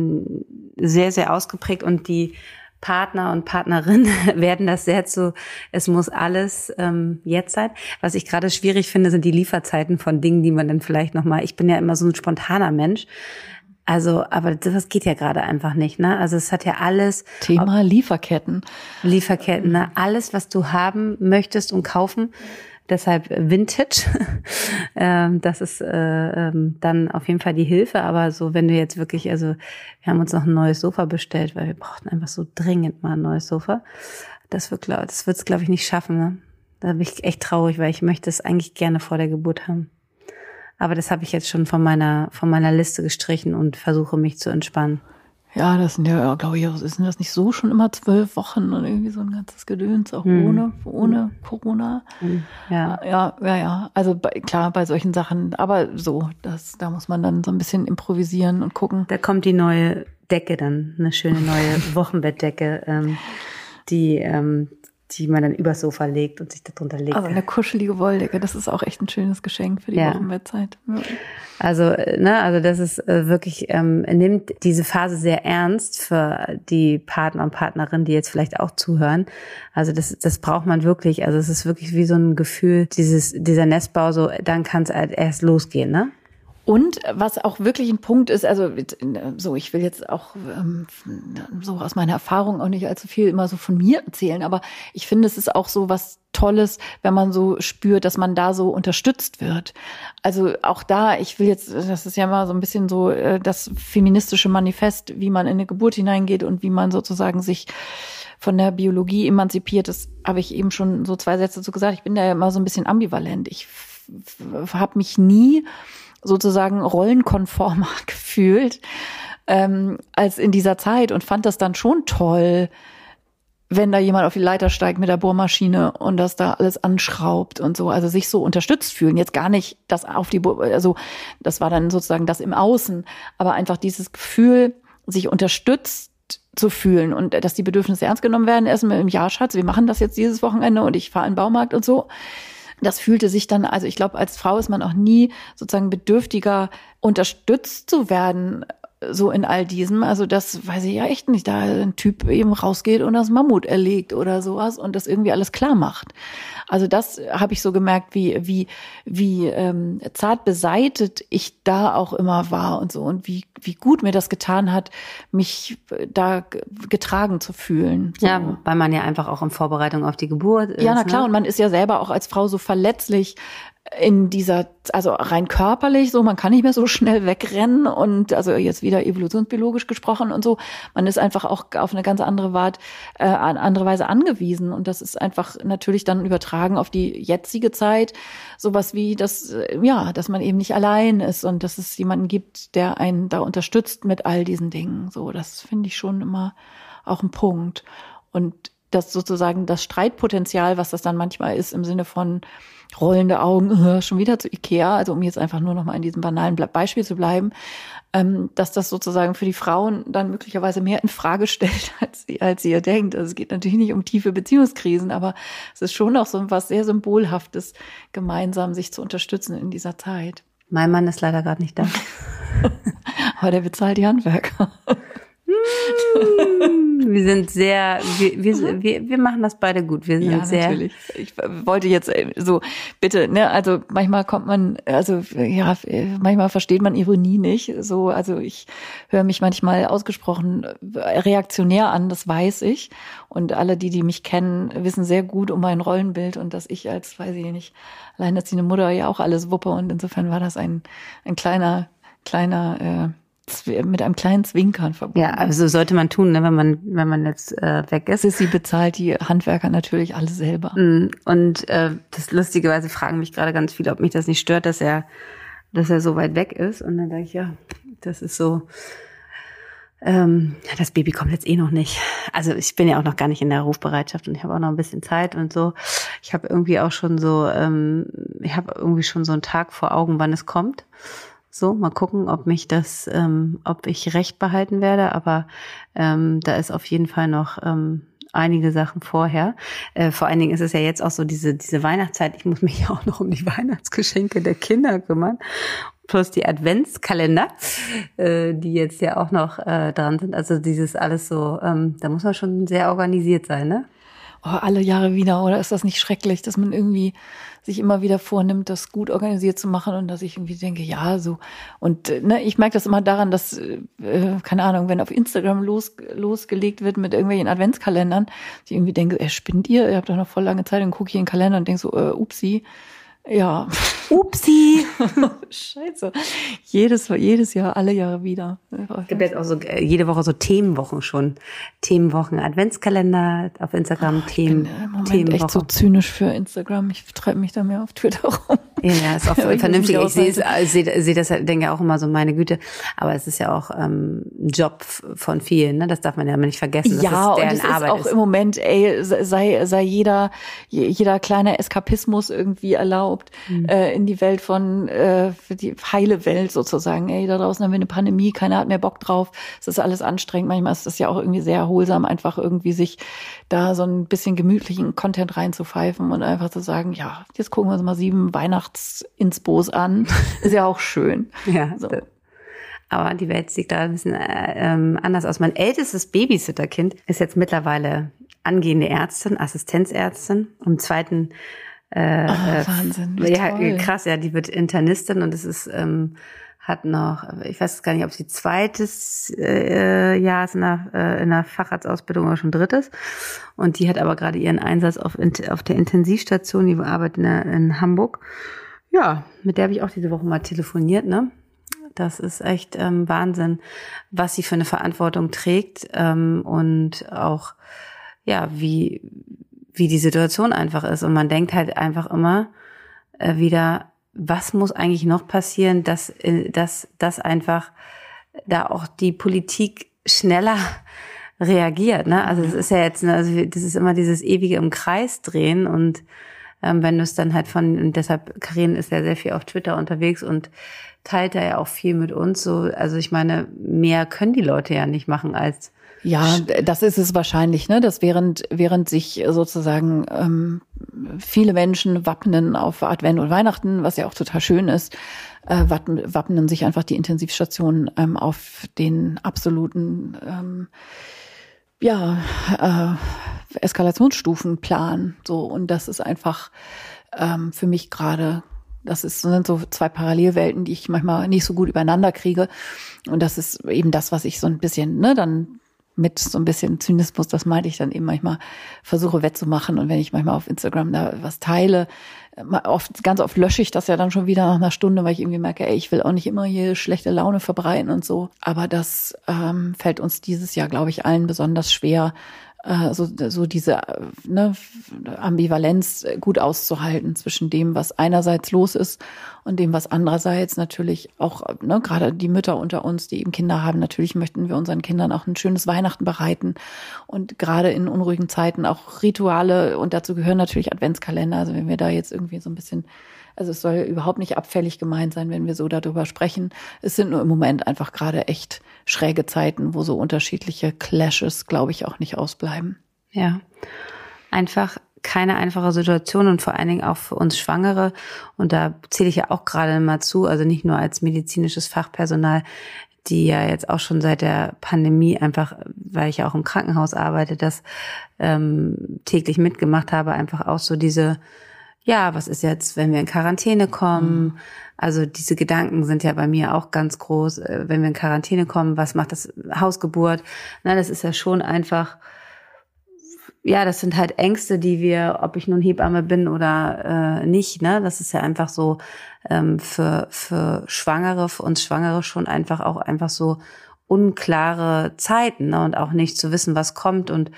sehr, sehr ausgeprägt und die Partner und Partnerinnen werden das sehr zu, es muss alles jetzt sein. Was ich gerade schwierig finde, sind die Lieferzeiten von Dingen, die man dann vielleicht nochmal, ich bin ja immer so ein spontaner Mensch, also, aber das geht ja gerade einfach nicht, ne? Also es hat ja alles. Thema Lieferketten, ne? Alles, was du haben möchtest und kaufen, deshalb Vintage. Das ist dann auf jeden Fall die Hilfe. Aber so, wenn du jetzt wirklich, also wir haben uns noch ein neues Sofa bestellt, weil wir brauchten einfach so dringend mal ein neues Sofa. Das wird's, glaube ich, nicht schaffen. Ne? Da bin ich echt traurig, weil ich möchte es eigentlich gerne vor der Geburt haben. Aber das habe ich jetzt schon von meiner Liste gestrichen und versuche mich zu entspannen. Ja, das sind ja, glaube ich, sind das nicht so schon immer 12 Wochen und irgendwie so ein ganzes Gedöns, auch ohne Corona. Ja. Also klar, bei solchen Sachen, aber so, da muss man dann so ein bisschen improvisieren und gucken. Da kommt die neue Decke dann, eine schöne neue Wochenbettdecke, die man dann übers Sofa legt und sich da drunter legt. Also eine kuschelige Wolldecke, das ist auch echt ein schönes Geschenk für die Wochenbettzeit. Ja. Also das ist wirklich, nimmt diese Phase sehr ernst für die Partner und Partnerinnen, die jetzt vielleicht auch zuhören. Also das braucht man wirklich. Also es ist wirklich wie so ein Gefühl, dieser Nestbau, so dann kann es halt erst losgehen, ne? Und was auch wirklich ein Punkt ist, also so, ich will jetzt auch so aus meiner Erfahrung auch nicht allzu viel immer so von mir erzählen, aber ich finde, es ist auch so was Tolles, wenn man so spürt, dass man da so unterstützt wird. Also auch da, das ist ja mal so ein bisschen so das feministische Manifest, wie man in eine Geburt hineingeht und wie man sozusagen sich von der Biologie emanzipiert. Das habe ich eben schon so 2 Sätze dazu gesagt. Ich bin da ja immer so ein bisschen ambivalent. Ich habe mich nie sozusagen rollenkonformer gefühlt als in dieser Zeit und fand das dann schon toll, wenn da jemand auf die Leiter steigt mit der Bohrmaschine und das da alles anschraubt und so, also sich so unterstützt fühlen. Jetzt gar nicht das also das war dann sozusagen das im Außen, aber einfach dieses Gefühl, sich unterstützt zu fühlen und dass die Bedürfnisse ernst genommen werden. Erstmal im Jahr, Schatz, wir machen das jetzt dieses Wochenende und ich fahre in den Baumarkt und so. Das fühlte sich dann, also ich glaube, als Frau ist man auch nie sozusagen bedürftiger, unterstützt zu werden so in all diesem. Also das weiß ich ja echt nicht, da ein Typ eben rausgeht und das Mammut erlegt oder sowas und das irgendwie alles klar macht. Also das habe ich so gemerkt, wie zart beseitet ich da auch immer war und so und wie gut mir das getan hat, mich da getragen zu fühlen. So. Ja, weil man ja einfach auch in Vorbereitung auf die Geburt ist. Ja, na klar, und man ist ja selber auch als Frau so verletzlich in dieser, also rein körperlich so, man kann nicht mehr so schnell wegrennen und also jetzt wieder evolutionsbiologisch gesprochen und so, man ist einfach auch auf eine ganz andere Weise angewiesen und das ist einfach natürlich dann übertragen auf die jetzige Zeit, sowas wie das, ja, dass man eben nicht allein ist und dass es jemanden gibt, der einen da unterstützt mit all diesen Dingen, so, das finde ich schon immer auch ein Punkt und das sozusagen das Streitpotenzial, was das dann manchmal ist im Sinne von rollende Augen, schon wieder zu Ikea, also um jetzt einfach nur noch mal in diesem banalen Beispiel zu bleiben, dass das sozusagen für die Frauen dann möglicherweise mehr in Frage stellt, als ihr denkt. Also es geht natürlich nicht um tiefe Beziehungskrisen, aber es ist schon auch so was sehr Symbolhaftes, gemeinsam sich zu unterstützen in dieser Zeit. Mein Mann ist leider gerade nicht da. Aber der bezahlt die Handwerker. Wir sind wir machen das beide gut. Wir sind sehr. Natürlich. Ich wollte jetzt so, bitte, ne, also manchmal kommt man, also ja, manchmal versteht man Ironie nicht. So, also ich höre mich manchmal ausgesprochen reaktionär an, das weiß ich. Und alle, die mich kennen, wissen sehr gut um mein Rollenbild und dass ich als, weiß ich nicht, alleinerziehende Mutter ja auch alles wuppe. Und insofern war das ein kleiner mit einem kleinen Zwinkern verbunden. Ja, also sollte man tun, ne, wenn man jetzt weg ist. Sie bezahlt die Handwerker natürlich alle selber. Und das lustigerweise fragen mich gerade ganz viele, ob mich das nicht stört, dass er so weit weg ist. Und dann denke ich, ja, das ist so. Das Baby kommt jetzt noch nicht. Also ich bin ja auch noch gar nicht in der Rufbereitschaft und ich habe auch noch ein bisschen Zeit und so. Ich habe irgendwie auch schon so, ich habe irgendwie schon so einen Tag vor Augen, wann es kommt. So, mal gucken, ob ich recht behalten werde, aber da ist auf jeden Fall noch einige Sachen vorher. Vor allen Dingen ist es ja jetzt auch so diese Weihnachtszeit. Ich muss mich ja auch noch um die Weihnachtsgeschenke der Kinder kümmern. Plus die Adventskalender, die jetzt ja auch noch dran sind. Also dieses alles so, da muss man schon sehr organisiert sein, ne? Oh, alle Jahre wieder, oder ist das nicht schrecklich, dass man irgendwie sich immer wieder vornimmt, das gut organisiert zu machen und dass ich irgendwie denke, ja, so. Und ne, ich merke das immer daran, dass, keine Ahnung, wenn auf Instagram losgelegt wird mit irgendwelchen Adventskalendern, ich irgendwie denke, spinnt ihr habt doch noch voll lange Zeit und gucke ich in den Kalender und denke so, upsi. Ja. Upsi. Scheiße. Jedes Jahr, alle Jahre wieder. Es gibt jetzt auch so jede Woche so Themenwochen schon. Themenwochen, Adventskalender auf Instagram, Ich bin im Moment echt so zynisch für Instagram. Ich treibe mich da mehr auf Twitter rum. Ja, ist auch vernünftig. Ich sehe das halt, denke auch immer so, meine Güte. Aber es ist ja auch ein Job von vielen, ne? Das darf man ja immer nicht vergessen. Das ja, ist deren und es Arbeit ist auch im Moment, sei jeder kleine Eskapismus irgendwie erlaubt in die Welt von die heile Welt sozusagen. Da draußen haben wir eine Pandemie, keiner hat mehr Bock drauf. Es ist alles anstrengend. Manchmal ist das ja auch irgendwie sehr erholsam, einfach irgendwie sich da so ein bisschen gemütlichen Content reinzupfeifen und einfach zu sagen, ja, jetzt gucken wir uns mal 7 Weihnachts-Inspos an. Ist ja auch schön. Ja. So. Aber die Welt sieht da ein bisschen anders aus. Mein ältestes Babysitterkind ist jetzt mittlerweile angehende Ärztin, Assistenzärztin. Im zweiten Wahnsinn. Ja, toll. Krass, ja, die wird Internistin und es ist hat noch, ich weiß gar nicht, ob sie zweites Jahr ist in der Facharztausbildung oder schon drittes. Und die hat aber gerade ihren Einsatz auf der Intensivstation, die arbeitet in Hamburg. Ja, mit der habe ich auch diese Woche mal telefoniert, ne? Das ist echt Wahnsinn, was sie für eine Verantwortung trägt und auch, ja, wie die Situation einfach ist. Und man denkt halt einfach immer wieder, was muss eigentlich noch passieren, dass einfach da auch die Politik schneller reagiert, ne? Also es ist ja jetzt, also das ist immer dieses ewige im Kreis drehen und wenn du es dann halt und deshalb, Karin ist ja sehr viel auf Twitter unterwegs und teilt da ja auch viel mit uns, so, also ich meine, mehr können die Leute ja nicht machen als. Ja, das ist es wahrscheinlich, ne, dass während sich sozusagen viele Menschen wappnen auf Advent und Weihnachten, was ja auch total schön ist, wappnen sich einfach die Intensivstationen auf den absoluten Eskalationsstufenplan. So, und das ist einfach für mich gerade, sind so zwei Parallelwelten, die ich manchmal nicht so gut übereinander kriege. Und das ist eben das, was ich so ein bisschen, dann mit so ein bisschen Zynismus, das meinte ich dann eben manchmal, versuche wettzumachen. Und wenn ich manchmal auf Instagram da was teile, ganz oft lösche ich das ja dann schon wieder nach einer Stunde, weil ich irgendwie merke, ich will auch nicht immer hier schlechte Laune verbreiten und so. Aber das fällt uns dieses Jahr, glaube ich, allen besonders schwer, so diese Ambivalenz gut auszuhalten zwischen dem, was einerseits los ist und dem, was andererseits natürlich auch, gerade die Mütter unter uns, die eben Kinder haben, natürlich möchten wir unseren Kindern auch ein schönes Weihnachten bereiten und gerade in unruhigen Zeiten auch Rituale, und dazu gehören natürlich Adventskalender. Also wenn wir da jetzt irgendwie so ein bisschen, also es soll überhaupt nicht abfällig gemeint sein, wenn wir so darüber sprechen. Es sind nur im Moment einfach gerade echt schräge Zeiten, wo so unterschiedliche Clashes, glaube ich, auch nicht ausbleiben. Ja, einfach keine einfache Situation und vor allen Dingen auch für uns Schwangere. Und da zähle ich ja auch gerade mal zu, also nicht nur als medizinisches Fachpersonal, die ja jetzt auch schon seit der Pandemie einfach, weil ich ja auch im Krankenhaus arbeite, das täglich mitgemacht habe, einfach auch so diese, was ist jetzt, wenn wir in Quarantäne kommen? Also diese Gedanken sind ja bei mir auch ganz groß. Wenn wir in Quarantäne kommen, was macht das Hausgeburt? Das ist ja schon einfach, das sind halt Ängste, die wir, ob ich nun Hebamme bin oder nicht, das ist ja einfach so für Schwangere, für uns Schwangere schon einfach so unklare Zeiten, und auch nicht zu wissen, was kommt, und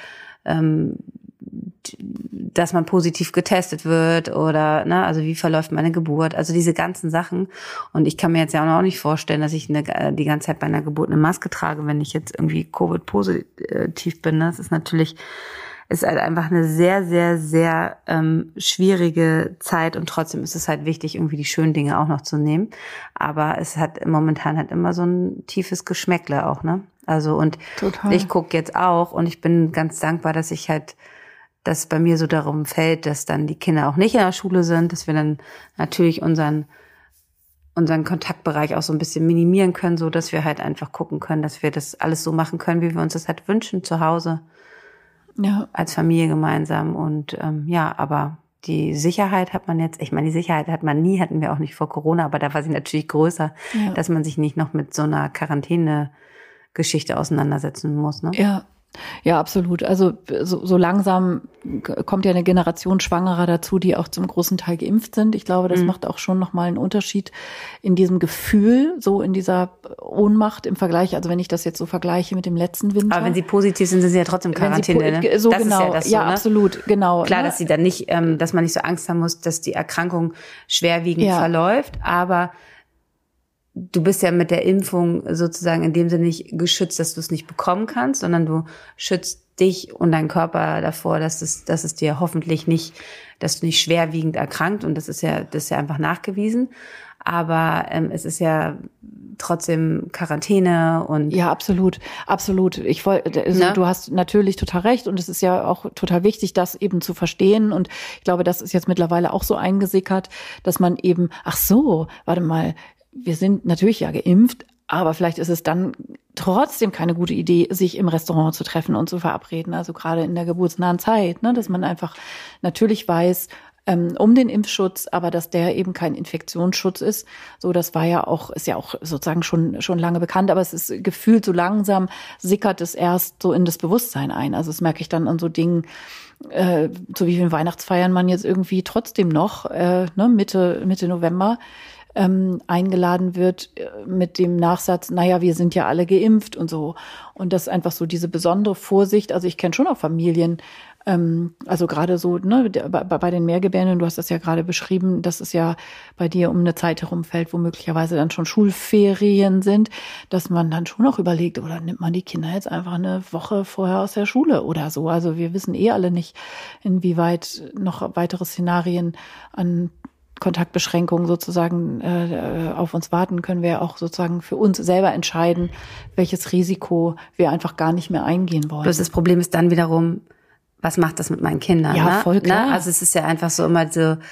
dass man positiv getestet wird oder, also wie verläuft meine Geburt, also diese ganzen Sachen. Und ich kann mir jetzt ja auch nicht vorstellen, dass ich die ganze Zeit bei einer Geburt eine Maske trage, wenn ich jetzt irgendwie Covid-positiv bin. Das ist natürlich, ist halt einfach eine sehr, sehr, sehr schwierige Zeit, und trotzdem ist es halt wichtig, irgendwie die schönen Dinge auch noch zu nehmen. Aber es hat momentan halt immer so ein tiefes Geschmäckle auch, Also, und total. Ich gucke jetzt auch, und ich bin ganz dankbar, dass dass bei mir so darum fällt, dass dann die Kinder auch nicht in der Schule sind, dass wir dann natürlich unseren Kontaktbereich auch so ein bisschen minimieren können, so dass wir halt einfach gucken können, dass wir das alles so machen können, wie wir uns das halt wünschen, zu Hause, als Familie gemeinsam. Und aber die Sicherheit hat man jetzt, die Sicherheit hatten wir auch nicht vor Corona, aber da war sie natürlich größer, dass man sich nicht noch mit so einer Quarantäne-Geschichte auseinandersetzen muss, Ja, absolut. Also so langsam kommt ja eine Generation Schwangerer dazu, die auch zum großen Teil geimpft sind. Ich glaube, das macht auch schon nochmal einen Unterschied in diesem Gefühl, so in dieser Ohnmacht im Vergleich. Also wenn ich das jetzt so vergleiche mit dem letzten Winter. Aber wenn sie positiv sind, sind sie ja trotzdem Quarantäne. So das genau, ist das so, absolut, genau. Klar, dass sie dann nicht, dass man nicht so Angst haben muss, dass die Erkrankung schwerwiegend verläuft, aber du bist ja mit der Impfung sozusagen in dem Sinne nicht geschützt, dass du es nicht bekommen kannst, sondern du schützt dich und deinen Körper davor, dass es dir hoffentlich nicht, dass du nicht schwerwiegend erkrankt, und das ist ja einfach nachgewiesen. Aber es ist ja trotzdem Quarantäne und ja, absolut. Du hast natürlich total recht, und es ist ja auch total wichtig, das eben zu verstehen, und ich glaube, das ist jetzt mittlerweile auch so eingesickert, dass man eben, wir sind natürlich ja geimpft, aber vielleicht ist es dann trotzdem keine gute Idee, sich im Restaurant zu treffen und zu verabreden. Also gerade in der geburtsnahen Zeit, dass man einfach natürlich weiß, um den Impfschutz, aber dass der eben kein Infektionsschutz ist. So, das ist ja auch sozusagen schon lange bekannt, aber es ist gefühlt so langsam sickert es erst so in das Bewusstsein ein. Also das merke ich dann an so Dingen, zu wie vielen Weihnachtsfeiern man jetzt irgendwie trotzdem noch, Mitte November, eingeladen wird mit dem Nachsatz, wir sind ja alle geimpft und so. Und das ist einfach so diese besondere Vorsicht. Also ich kenne schon auch Familien, also gerade so, bei den Mehrgebärenden, du hast das ja gerade beschrieben, dass es ja bei dir um eine Zeit herumfällt, wo möglicherweise dann schon Schulferien sind, dass man dann schon auch überlegt, oder nimmt man die Kinder jetzt einfach eine Woche vorher aus der Schule oder so. Also wir wissen alle nicht, inwieweit noch weitere Szenarien an Kontaktbeschränkungen sozusagen auf uns warten, können wir auch sozusagen für uns selber entscheiden, welches Risiko wir einfach gar nicht mehr eingehen wollen. Das Problem ist dann wiederum, was macht das mit meinen Kindern? Ja, voll klar. Also es ist ja einfach so immer so,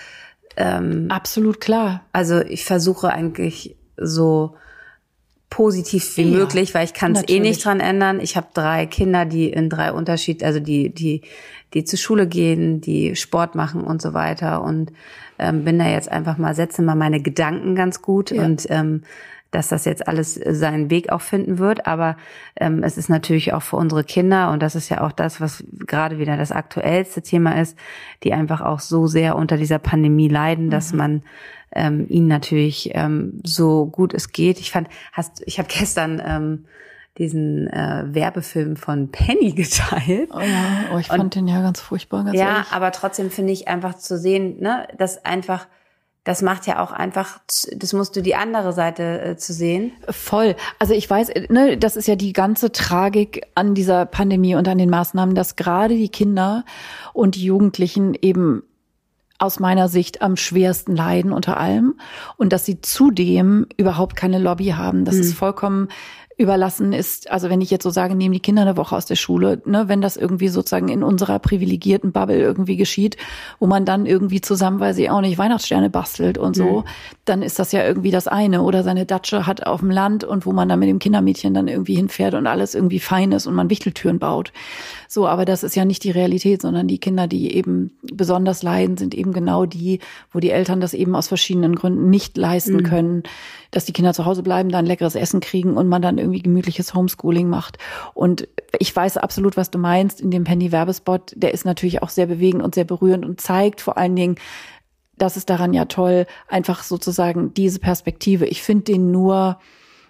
Absolut klar. Also ich versuche eigentlich so positiv wie möglich, weil ich kann es nicht dran ändern. Ich habe 3 Kinder, die in 3 also die zur Schule gehen, die Sport machen und so weiter und bin da jetzt einfach mal, setze mal meine Gedanken ganz gut und dass das jetzt alles seinen Weg auch finden wird. Aber es ist natürlich auch für unsere Kinder, und das ist ja auch das, was gerade wieder das aktuellste Thema ist, die einfach auch so sehr unter dieser Pandemie leiden, dass man ihnen natürlich so gut es geht. Ich habe gestern diesen Werbefilm von Penny geteilt. Oh ja, ich fand den ja ganz furchtbar. Ganz ehrlich. Aber trotzdem finde ich einfach zu sehen, ne, dass einfach, das macht ja auch einfach, das musst du die andere Seite zu sehen. Voll. Also ich weiß, ne, das ist ja die ganze Tragik an dieser Pandemie und an den Maßnahmen, dass gerade die Kinder und die Jugendlichen eben aus meiner Sicht am schwersten leiden unter allem und dass sie zudem überhaupt keine Lobby haben. Das ist vollkommen überlassen ist, also wenn ich jetzt so sage, nehmen die Kinder eine Woche aus der Schule, ne, wenn das irgendwie sozusagen in unserer privilegierten Bubble irgendwie geschieht, wo man dann irgendwie zusammen, weiß ich auch nicht, Weihnachtssterne bastelt und so, dann ist das ja irgendwie das eine. Oder seine Datsche hat auf dem Land und wo man dann mit dem Kindermädchen dann irgendwie hinfährt und alles irgendwie fein ist und man Wichteltüren baut. So, aber das ist ja nicht die Realität, sondern die Kinder, die eben besonders leiden, sind eben genau die, wo die Eltern das eben aus verschiedenen Gründen nicht leisten können, dass die Kinder zu Hause bleiben, dann leckeres Essen kriegen und man dann irgendwie gemütliches Homeschooling macht. Und ich weiß absolut, was du meinst in dem Penny-Werbespot. Der ist natürlich auch sehr bewegend und sehr berührend und zeigt vor allen Dingen, das ist daran ja toll, einfach sozusagen diese Perspektive. Ich finde den nur,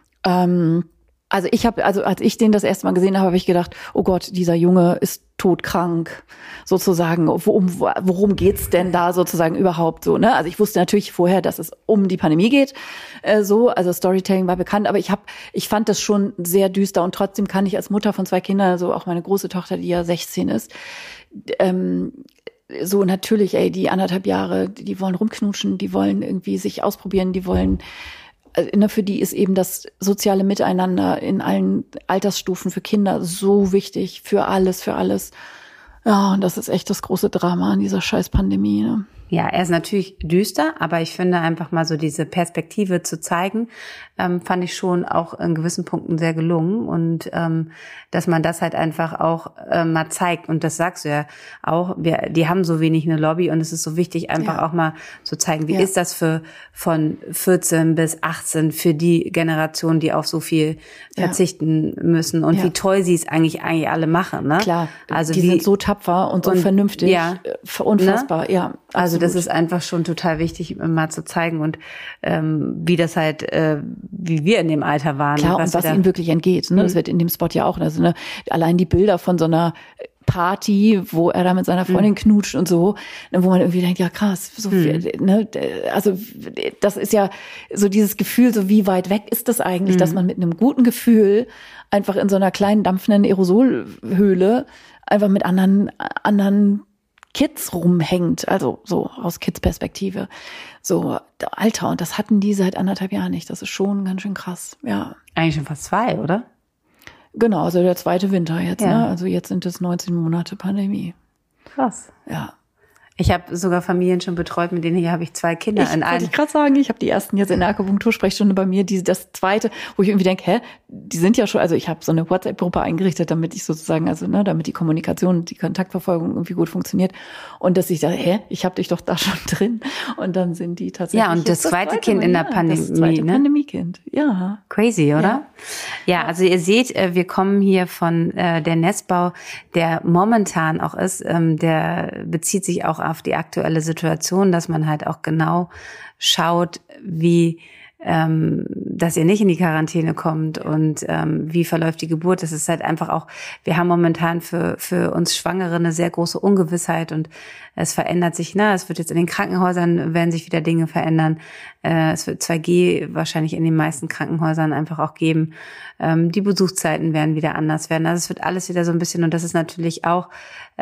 als ich den das erste Mal gesehen habe, habe ich gedacht, oh Gott, dieser Junge ist todkrank, sozusagen. Worum geht's denn da sozusagen überhaupt so, ne? Also ich wusste natürlich vorher, dass es um die Pandemie geht, also Storytelling war bekannt, aber ich fand das schon sehr düster und trotzdem kann ich als Mutter von 2 Kindern, so auch meine große Tochter, die ja 16 ist, so natürlich, die 1,5 Jahre, die wollen rumknutschen, die wollen irgendwie sich ausprobieren, die wollen, für die ist eben das soziale Miteinander in allen Altersstufen für Kinder so wichtig, für alles. Ja, und das ist echt das große Drama an dieser scheiß Pandemie, ne? Ja, er ist natürlich düster, aber ich finde einfach mal so diese Perspektive zu zeigen, fand ich schon auch in gewissen Punkten sehr gelungen und dass man das halt einfach auch mal zeigt und das sagst du ja auch, die haben so wenig eine Lobby und es ist so wichtig einfach auch mal zu zeigen, wie ist das von 14 bis 18 für die Generation, die auf so viel verzichten müssen und wie toll sie es eigentlich alle machen, ne? Klar, also die sind so tapfer und so vernünftig, unfassbar, ne? Ja. Also das ist einfach schon total wichtig, mal zu zeigen und wie das halt, wie wir in dem Alter waren. Klar, und was ihnen wirklich entgeht. Ne? Das wird in dem Spot ja auch, also ne, allein die Bilder von so einer Party, wo er da mit seiner Freundin knutscht und so, wo man irgendwie denkt, ja krass, so viel, ne? Also das ist ja so dieses Gefühl, so wie weit weg ist das eigentlich, dass man mit einem guten Gefühl einfach in so einer kleinen dampfenden Aerosolhöhle einfach mit anderen Kids rumhängt, also so aus Kids-Perspektive. So, Alter, und das hatten die seit 1,5 Jahren nicht. Das ist schon ganz schön krass, ja. Eigentlich schon fast 2, oder? Genau, also der 2. Winter jetzt, ne? Also jetzt sind es 19 Monate Pandemie. Krass. Ja. Ich habe sogar Familien schon betreut, mit denen hier habe ich 2 Kinder in einem. Wollte ich gerade sagen, ich habe die ersten jetzt in der Akupunktursprechstunde bei mir, das zweite, wo ich irgendwie denke, die sind ja schon, also ich habe so eine WhatsApp-Gruppe eingerichtet, damit ich sozusagen, also ne, damit die Kommunikation, die Kontaktverfolgung irgendwie gut funktioniert und dass ich sage, ich habe dich doch da schon drin und dann sind die tatsächlich. Ja, und das zweite Kind in der Pandemie, das zweite Pandemiekind, ja. Crazy, oder? Ja, also ihr seht, wir kommen hier von der Nestbau, der momentan auch ist, der bezieht sich auch auf die aktuelle Situation, dass man halt auch genau schaut, wie dass ihr nicht in die Quarantäne kommt und wie verläuft die Geburt. Das ist halt einfach auch, wir haben momentan für uns Schwangere eine sehr große Ungewissheit und es verändert sich, es wird jetzt in den Krankenhäusern, werden sich wieder Dinge verändern. Es wird 2G wahrscheinlich in den meisten Krankenhäusern einfach auch geben. Die Besuchszeiten werden wieder anders werden. Also es wird alles wieder so ein bisschen, und das ist natürlich auch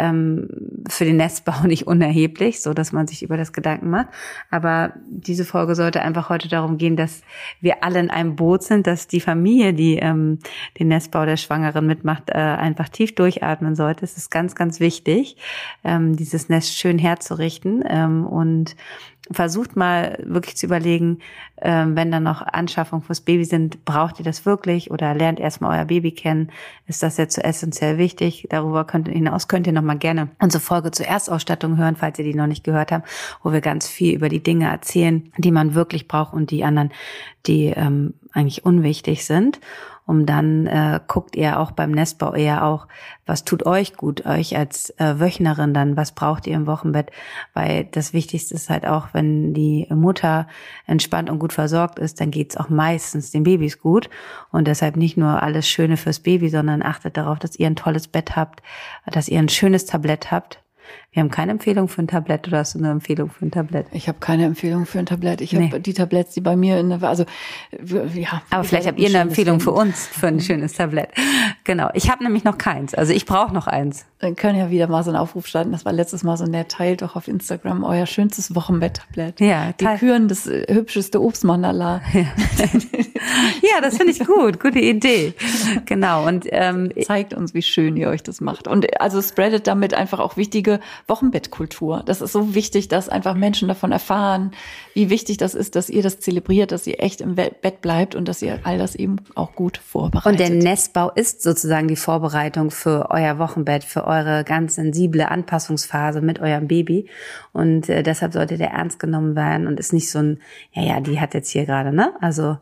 für den Nestbau nicht unerheblich, so dass man sich über das Gedanken macht. Aber diese Folge sollte einfach heute darum gehen, dass wir alle in einem Boot sind, dass die Familie, die den Nestbau der Schwangeren mitmacht, einfach tief durchatmen sollte. Es ist ganz, ganz wichtig, dieses Nest schön herzurichten und versucht mal wirklich zu überlegen, wenn da noch Anschaffungen fürs Baby sind, braucht ihr das wirklich oder lernt erstmal euer Baby kennen? Ist das jetzt so essentiell wichtig? Darüber könnt ihr noch mal gerne unsere Folge zur Erstausstattung hören, falls ihr die noch nicht gehört habt, wo wir ganz viel über die Dinge erzählen, die man wirklich braucht und die anderen, die eigentlich unwichtig sind. Dann guckt ihr auch beim Nestbau eher auch, was tut euch gut, euch als Wöchnerin dann, was braucht ihr im Wochenbett, weil das Wichtigste ist halt auch, wenn die Mutter entspannt und gut versorgt ist, dann geht's auch meistens den Babys gut und deshalb nicht nur alles Schöne fürs Baby, sondern achtet darauf, dass ihr ein tolles Bett habt, dass ihr ein schönes Tablett habt. Wir haben keine Empfehlung für ein Tablett, oder hast du eine Empfehlung für ein Tablett? Ich habe keine Empfehlung für ein Tablett. Ich habe die Tabletts, die bei mir Aber vielleicht habt ihr eine Empfehlung für uns, für ein schönes Tablett. Genau. Ich habe nämlich noch keins. Also ich brauche noch eins. Dann können ja wieder mal so einen Aufruf starten. Das war letztes Mal so nett. Teilt doch auf Instagram euer schönstes Wochenbett-Tablett. Ja. Die küren das hübscheste Obstmandala. Ja, ja, das finde ich gut. Gute Idee. Genau. Und zeigt uns, wie schön ihr euch das macht. Und also spreadet damit einfach auch wichtige Wochenbettkultur. Das ist so wichtig, dass einfach Menschen davon erfahren, wie wichtig das ist, dass ihr das zelebriert, dass ihr echt im Bett bleibt und dass ihr all das eben auch gut vorbereitet. Und der Nestbau ist sozusagen die Vorbereitung für euer Wochenbett, für eure ganz sensible Anpassungsphase mit eurem Baby. Und deshalb sollte der ernst genommen werden und ist nicht so ein, ja, die hat jetzt hier gerade, ne? Also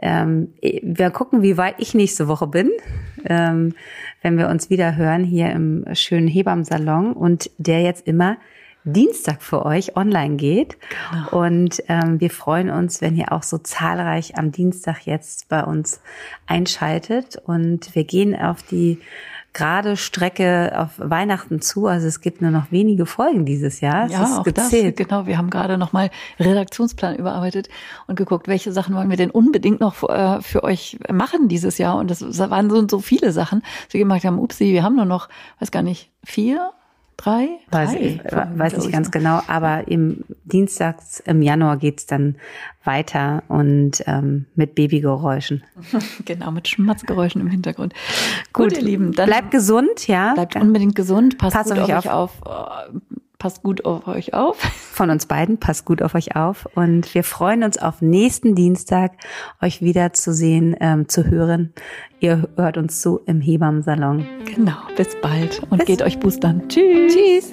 wir gucken, wie weit ich nächste Woche bin, wenn wir uns wieder hören hier im schönen Hebammensalon und der jetzt immer Dienstag für euch online geht. Genau. Und wir freuen uns, wenn ihr auch so zahlreich am Dienstag jetzt bei uns einschaltet. Und wir gehen auf die gerade Strecke auf Weihnachten zu. Also es gibt nur noch wenige Folgen dieses Jahr. Ja, auch gezählt. Das, genau. Wir haben gerade nochmal Redaktionsplan überarbeitet und geguckt, welche Sachen wollen wir denn unbedingt noch für euch machen dieses Jahr. Und das waren so viele Sachen, dass wir gemacht haben, upsie, wir haben nur noch, weiß gar nicht, 4? 3? Weiß nicht ganz genau, aber im Januar geht's dann weiter und mit Babygeräuschen. Genau, mit Schmatzgeräuschen im Hintergrund. Gut, ihr Lieben, dann bleibt gesund, ja. Bleibt unbedingt gesund, passt gut auf euch auf. Passt gut auf euch auf. Von uns beiden, passt gut auf euch auf. Und wir freuen uns auf nächsten Dienstag, euch wieder zu sehen, zu hören. Ihr hört uns zu im Hebammensalon. Genau, bis bald und geht euch boostern. Tschüss. Tschüss.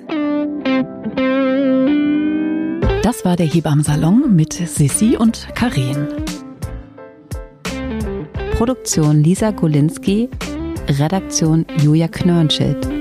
Das war der Hebammensalon mit Sissi und Karin. Produktion Lisa Golinski, Redaktion Julia Knörnschild.